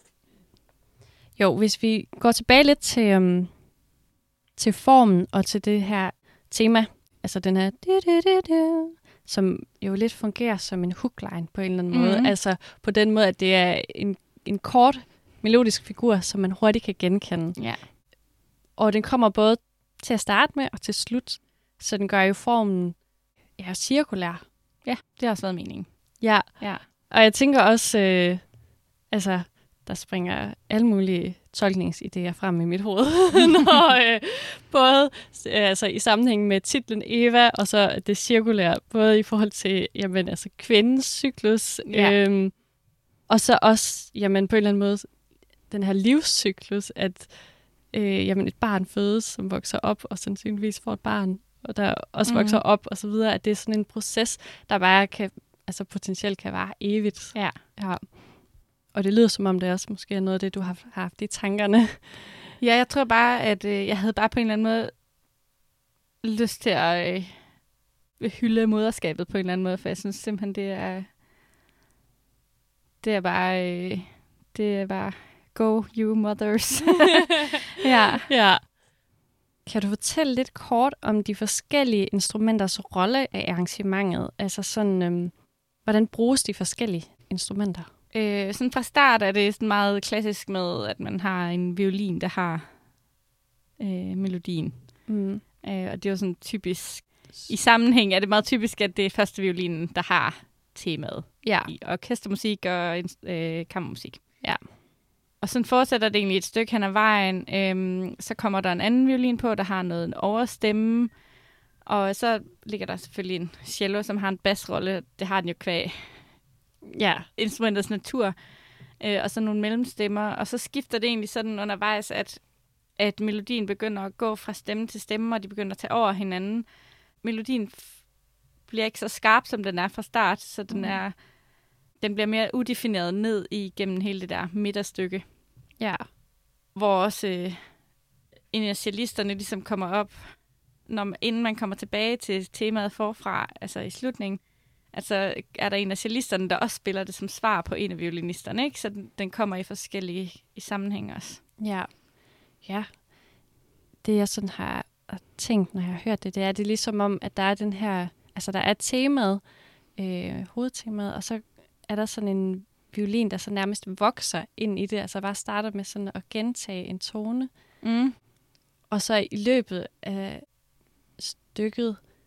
Jo, hvis vi går tilbage lidt til, um, til formen og til det her tema, altså den her, du, du, du, du, som jo lidt fungerer som en hookline på en eller anden måde. Mm-hmm. Altså på den måde, at det er en, en kort melodisk figur, som man hurtigt kan genkende. Ja. Og den kommer både til at starte med og til slut, så den gør jo formen ja, cirkulær. Ja, det har også været meningen. Ja, ja. Og jeg tænker også, øh, altså... der springer alle mulige tolkningsidéer frem i mit hoved. Når, øh, både altså, i sammenhæng med titlen Eva, og så det cirkulære, både i forhold til jamen, altså, kvindens cyklus, ja. øhm, og så også jamen, på en eller anden måde den her livscyklus, at øh, jamen, et barn fødes, som vokser op, og sandsynligvis får et barn, og der også mm. vokser op, og så videre, at det er sådan en proces, der bare kan, altså potentielt kan vare evigt. Ja. Ja. Og det lyder som om, det også måske er noget af det, du har haft i tankerne. Ja, jeg tror bare, at øh, jeg havde bare på en eller anden måde lyst til at øh, hylde moderskabet på en eller anden måde, for jeg synes simpelthen, det er det er bare øh, det er bare go you mothers. ja. ja. Kan du fortælle lidt kort om de forskellige instrumenters rolle af arrangementet? Altså sådan, øhm, hvordan bruges de forskellige instrumenter? Øh, sådan fra start er det sådan meget klassisk med, at man har en violin, der har øh, melodien. Mm. Øh, og det er jo sådan typisk, i sammenhæng er det meget typisk, at det er første violinen, der har temaet ja. i orkestermusik og øh, kammermusik. Ja. Og sådan fortsætter det egentlig et stykke hen ad vejen. Øhm, så kommer der en anden violin på, der har noget en overstemme. Og så ligger der selvfølgelig en cello, som har en bassrolle. Det har den jo kvæg. Ja, instrumentets natur, øh, og så nogle mellemstemmer, og så skifter det egentlig sådan undervejs, at, at melodien begynder at gå fra stemme til stemme, og de begynder at tage over hinanden. Melodien f- bliver ikke så skarp, som den er fra start, så den, er, den bliver mere udefineret ned igennem hele det der midterstykke. Ja. Hvor også øh, initialisterne ligesom kommer op, når, inden man kommer tilbage til temaet forfra, altså i slutningen. Altså er der en af cellisterne, der også spiller det som svar på en af violinisterne, ikke? Så den, den kommer i forskellige i sammenhæng også. Ja. Ja. Det jeg sådan har tænkt, når jeg har hørt det, det er, det er ligesom om, at der er den her, altså der er temaet, øh, hovedtemaet, og så er der sådan en violin, der så nærmest vokser ind i det, altså bare starter med sådan at gentage en tone. Mm. Og så i løbet af stykket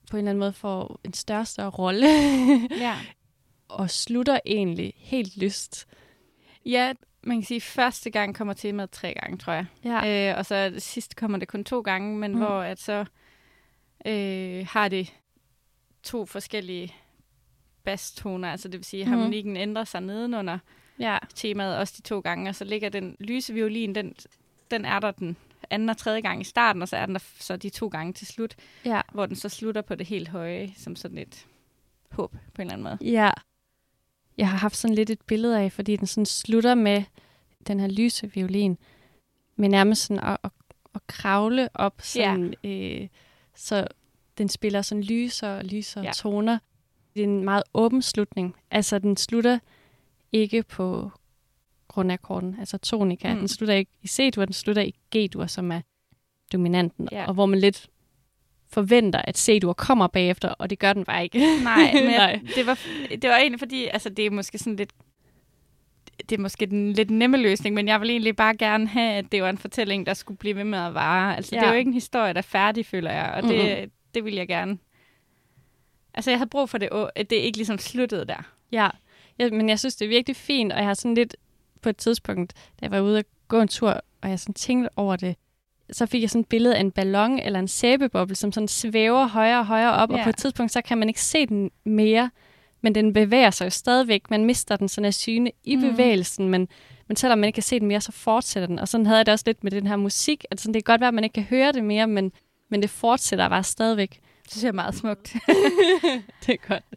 på en eller anden måde får en større og større rolle. Ja. Og slutter egentlig helt lyst. Ja, man kan sige, at første gang kommer temaet tre gange, tror jeg. Ja. Øh, og så sidst kommer det kun to gange, men mm. hvor at så øh, har det to forskellige basstoner, altså det vil sige, at mm. harmonikken ændrer sig nedenunder ja. temaet også de to gange, og så ligger den lyse violin, den, den er der den anden og tredje gang i starten, og så er den der så de to gange til slut, ja. hvor den så slutter på det helt høje, som sådan et håb på en eller anden måde. Ja. Jeg har haft sådan lidt et billede af, fordi den sådan slutter med den her lyse violin, men nærmest sådan at, at, at kravle op, sådan, ja. øh, så den spiller sådan lysere og lysere ja. toner. Det er en meget åben slutning. Altså, den slutter ikke på grundakkorden, altså tonika. Mm. Den slutter ikke i C-dur, den slutter i G-dur, som er dominanten, ja. og hvor man lidt forventer, at C-dur kommer bagefter, og det gør den bare ikke. Nej, men Nej. det var det var egentlig fordi, altså det er måske sådan lidt, det er måske den lidt nemme løsning, men jeg vil egentlig bare gerne have, at det var en fortælling, der skulle blive ved med at vare. Altså ja. det er jo ikke en historie, der er færdig, føler jeg, og det, mm-hmm. det vil jeg gerne. Altså jeg havde brug for det, at det ikke ligesom sluttede der. Ja. ja, men jeg synes, det er virkelig fint, og jeg har sådan lidt på et tidspunkt, da jeg var ude at gå en tur, og jeg sådan tænkte over det, så fik jeg sådan et billede af en ballon eller en sæbeboble, som sådan svæver højere og højere op, ja. og på et tidspunkt, så kan man ikke se den mere, men den bevæger sig jo stadigvæk. Man mister den sådan af syne i mm. bevægelsen, men, men selvom man ikke kan se den mere, så fortsætter den. Og sådan havde jeg det også lidt med den her musik, at sådan, det kan godt være, at man ikke kan høre det mere, men, men det fortsætter bare stadigvæk. Det synes jeg er meget smukt. Det er godt.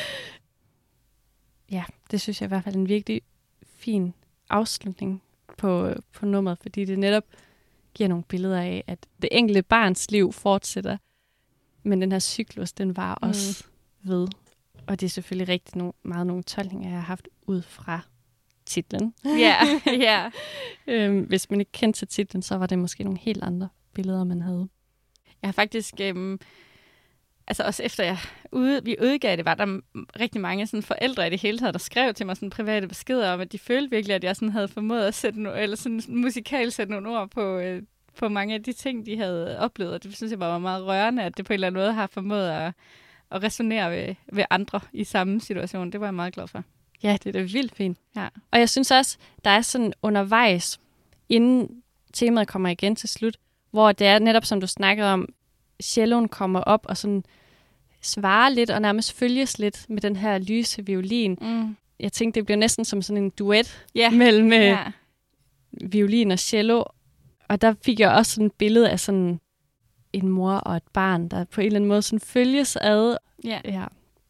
Ja, det synes jeg i hvert fald er en virkelig fin afslutning på, på nummeret, fordi det netop giver nogle billeder af, at det enkelte barns liv fortsætter, men den her cyklus, den var mm. også ved. Og det er selvfølgelig rigtig no- meget nogle tolkninger, jeg har haft ud fra titlen. Ja, ja. øhm, hvis man ikke kendte til titlen, så var det måske nogle helt andre billeder, man havde. Jeg har faktisk, øhm, altså også efter jeg ude, vi udgav det, var der rigtig mange sådan forældre i det hele taget, der skrev til mig sådan private beskeder om, at de følte virkelig, at jeg sådan havde formået at sætte no- eller sådan musikalt sætte nogle ord på, øh, på mange af de ting, de havde oplevet. Og det synes jeg bare var meget rørende, at det på en eller anden måde har formået at, at resonere ved, ved andre i samme situation. Det var jeg meget glad for. Ja, det er da vildt fint. Ja. Og jeg synes også, der er sådan undervejs, inden temaet kommer igen til slut, hvor det er netop, som du snakkede om, celloen kommer op og sådan svarer lidt og nærmest følges lidt med den her lyse violin. Mm. Jeg tænkte, det bliver næsten som sådan en duet yeah. mellem yeah. violin og cello. Og der fik jeg også sådan et billede af sådan en mor og et barn, der på en eller anden måde sådan følges ad. Yeah. Ja.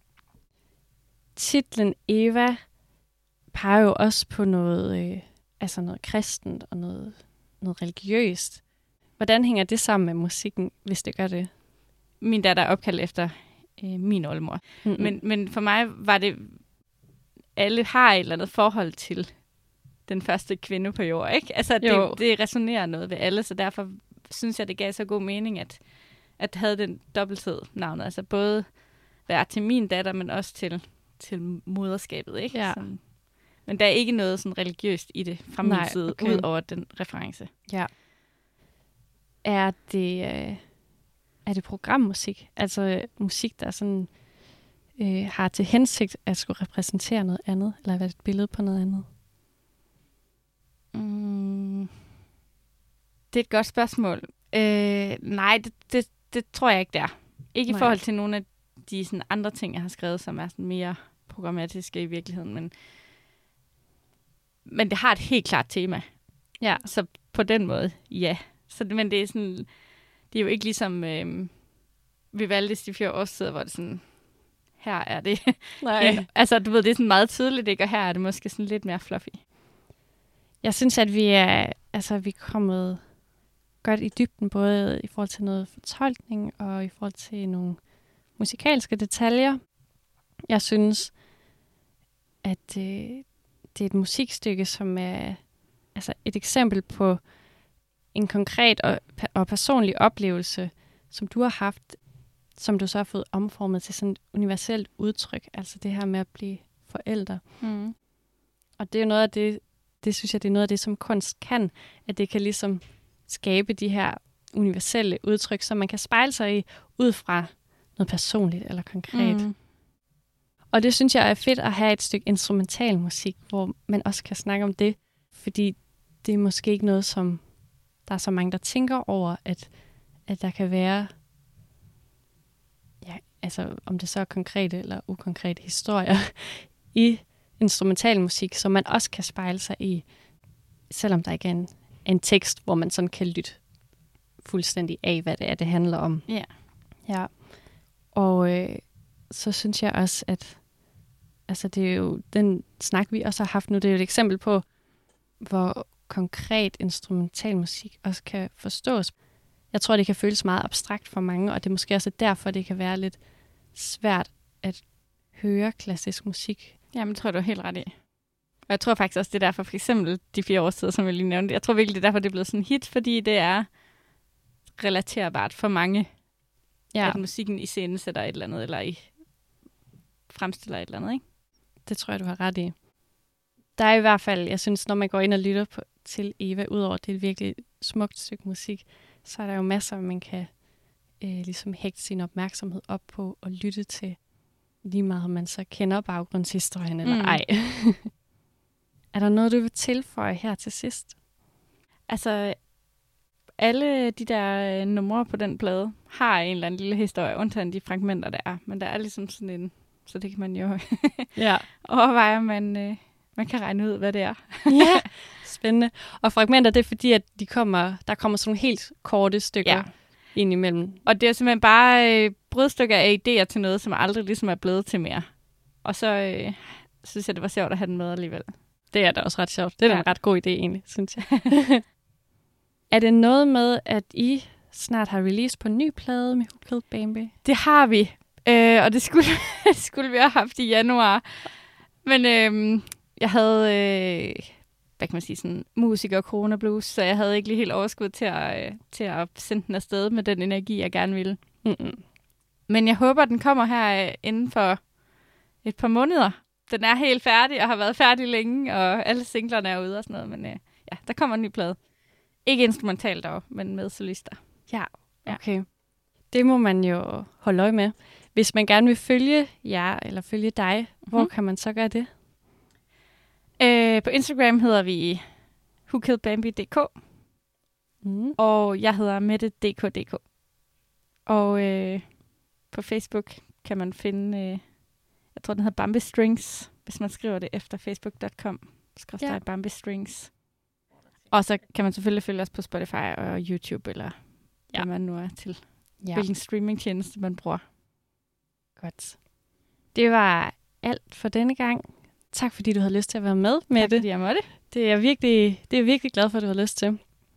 Titlen Eva peger jo også på noget, øh, altså noget kristent og noget, noget religiøst. Hvordan hænger det sammen med musikken, hvis det gør det? Min datter er opkaldt efter øh, min oldemor. Mm-hmm. Men, men for mig var det, alle har et eller andet forhold til den første kvinde på jord, ikke? Altså, det, det resonerer noget ved alle, så derfor synes jeg, det gav så god mening, at, at havde den dobbelthed navnet. Altså både være til min datter, men også til, til moderskabet, ikke? Ja. Sådan. Men der er ikke noget sådan religiøst i det fra min Nej, side, okay. ud over den reference. Ja. Er det, øh, er det programmusik? Altså øh, musik, der sådan, øh, har til hensigt at skulle repræsentere noget andet, eller være et billede på noget andet? Mm. Det er et godt spørgsmål. Øh, nej, det, det, det tror jeg ikke, det er. Ikke nej. I forhold til nogle af de sådan, andre ting, jeg har skrevet, som er sådan mere programmatiske i virkeligheden. Men, men det har et helt klart tema. Ja. Så på den måde, ja. Så, men det er sådan, det er jo ikke ligesom øh, Vivaldis De Fire Årstider, hvor det sådan, her er det. Nej. Ja, altså, du ved, det er sådan meget tydeligt, ikke? Og her er det måske sådan lidt mere fluffy. Jeg synes, at vi er, altså, vi er kommet godt i dybden, både i forhold til noget fortolkning og i forhold til nogle musikalske detaljer. Jeg synes, at øh, det er et musikstykke, som er altså et eksempel på en konkret og, og personlig oplevelse, som du har haft, som du så har fået omformet til sådan et universelt udtryk. Altså det her med at blive forældre. Mm. Og det er jo noget af det, det synes jeg, det er noget af det, som kunst kan, at det kan ligesom skabe de her universelle udtryk, som man kan spejle sig i, ud fra noget personligt eller konkret. Mm. Og det synes jeg er fedt at have et stykke instrumental musik, hvor man også kan snakke om det, fordi det er måske ikke noget, som der er så mange, der tænker over, at, at der kan være, ja, altså om det så er konkrete eller ukonkrete historier i instrumental musik, som man også kan spejle sig i, selvom der ikke er en, en tekst, hvor man sådan kan lytte fuldstændig af, hvad det er, det handler om. Ja. Ja. Og øh, så synes jeg også, at altså det er jo den snak, vi også har haft nu, det er jo et eksempel på, hvor konkret instrumental musik også kan forstås. Jeg tror, det kan føles meget abstrakt for mange, og det er måske også derfor, det kan være lidt svært at høre klassisk musik. Jamen, tror jeg, du er helt ret i. Og jeg tror faktisk også, det er derfor, for eksempel de fire årstider, som jeg lige nævnte. Jeg tror virkelig, det er derfor, det er blevet sådan en hit, fordi det er relaterbart for mange, ja. At musikken i scenen sætter et eller andet, eller i fremstiller et eller andet, ikke? Det tror jeg, du har ret i. Der er i hvert fald, jeg synes, når man går ind og lytter på, til Eva, udover det er et virkelig smukt stykke musik, så er der jo masser, man kan øh, ligesom hægte sin opmærksomhed op på og lytte til, lige meget om man så kender baggrundshistorien eller mm. ej. Er der noget, du vil tilføje her til sidst? Altså, alle de der numre på den plade har en eller anden lille historie, undtagen de fragmenter, der er. Men der er ligesom sådan en, så det kan man jo ja. overveje, om man, øh, man kan regne ud, hvad det er. Ja, spændende. Og fragmenter, det er fordi, at de kommer, der kommer sådan nogle helt korte stykker ja. ind imellem. Og det er simpelthen bare øh, brudstykker af idéer til noget, som aldrig ligesom er blevet til mere. Og så øh, synes jeg, det var sjovt at have den med alligevel. Det er da også ret sjovt. Det er ja. en ret god idé egentlig, synes jeg. Er det noget med, at I snart har release på en ny plade med Who Killed Bambi? Det har vi. Øh, og det skulle, det skulle vi have haft i januar. Men øh, jeg havde, øh, hvad kan man sige, sådan musik og corona blues, så jeg havde ikke lige helt overskud til at, øh, til at sende den afsted med den energi, jeg gerne ville. Mm-mm. Men jeg håber, den kommer her øh, inden for et par måneder. Den er helt færdig og har været færdig længe, og alle singlerne er ude og sådan noget. Men øh, ja, der kommer en ny plade. Ikke instrumentalt dog, men med solister. Ja, okay. Ja. Det må man jo holde øje med. Hvis man gerne vil følge jer, eller følge dig, mm-hmm. hvor kan man så gøre det? Øh, på Instagram hedder vi who killed bambi punktum d k. Mm. Og jeg hedder Mette punktum d k punktum d k. Og øh, på Facebook kan man finde, øh, jeg tror den hedder Bambi Strings, hvis man skriver det efter facebook punktum com. Skriver ja. Bambi Strings. Og så kan man selvfølgelig følge os på Spotify og YouTube, eller ja. hvad man nu er til. Ja. Hvilken streamingtjeneste man bruger. Godt. Det var alt for denne gang. Tak fordi du havde lyst til at være med, Mette. Tak fordi jeg måtte. Det er virkelig, det er virkelig glad for, at du har lyst til.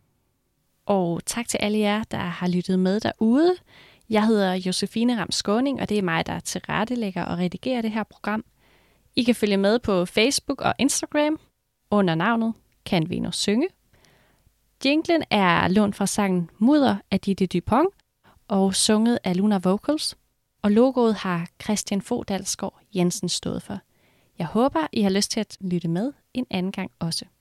Og tak til alle jer, der har lyttet med derude. Jeg hedder Josefine Ram Skåning, og det er mig, der tilrettelægger og redigerer det her program. I kan følge med på Facebook og Instagram under navnet Kan Venus Synge. Jinglen er lånt fra sangen Mudder af Ditte Dupont og sunget af Luna Vocals. Og logoet har Christian Fogh Dalsgaard Jensen stået for. Jeg håber, I har lyst til at lytte med en anden gang også.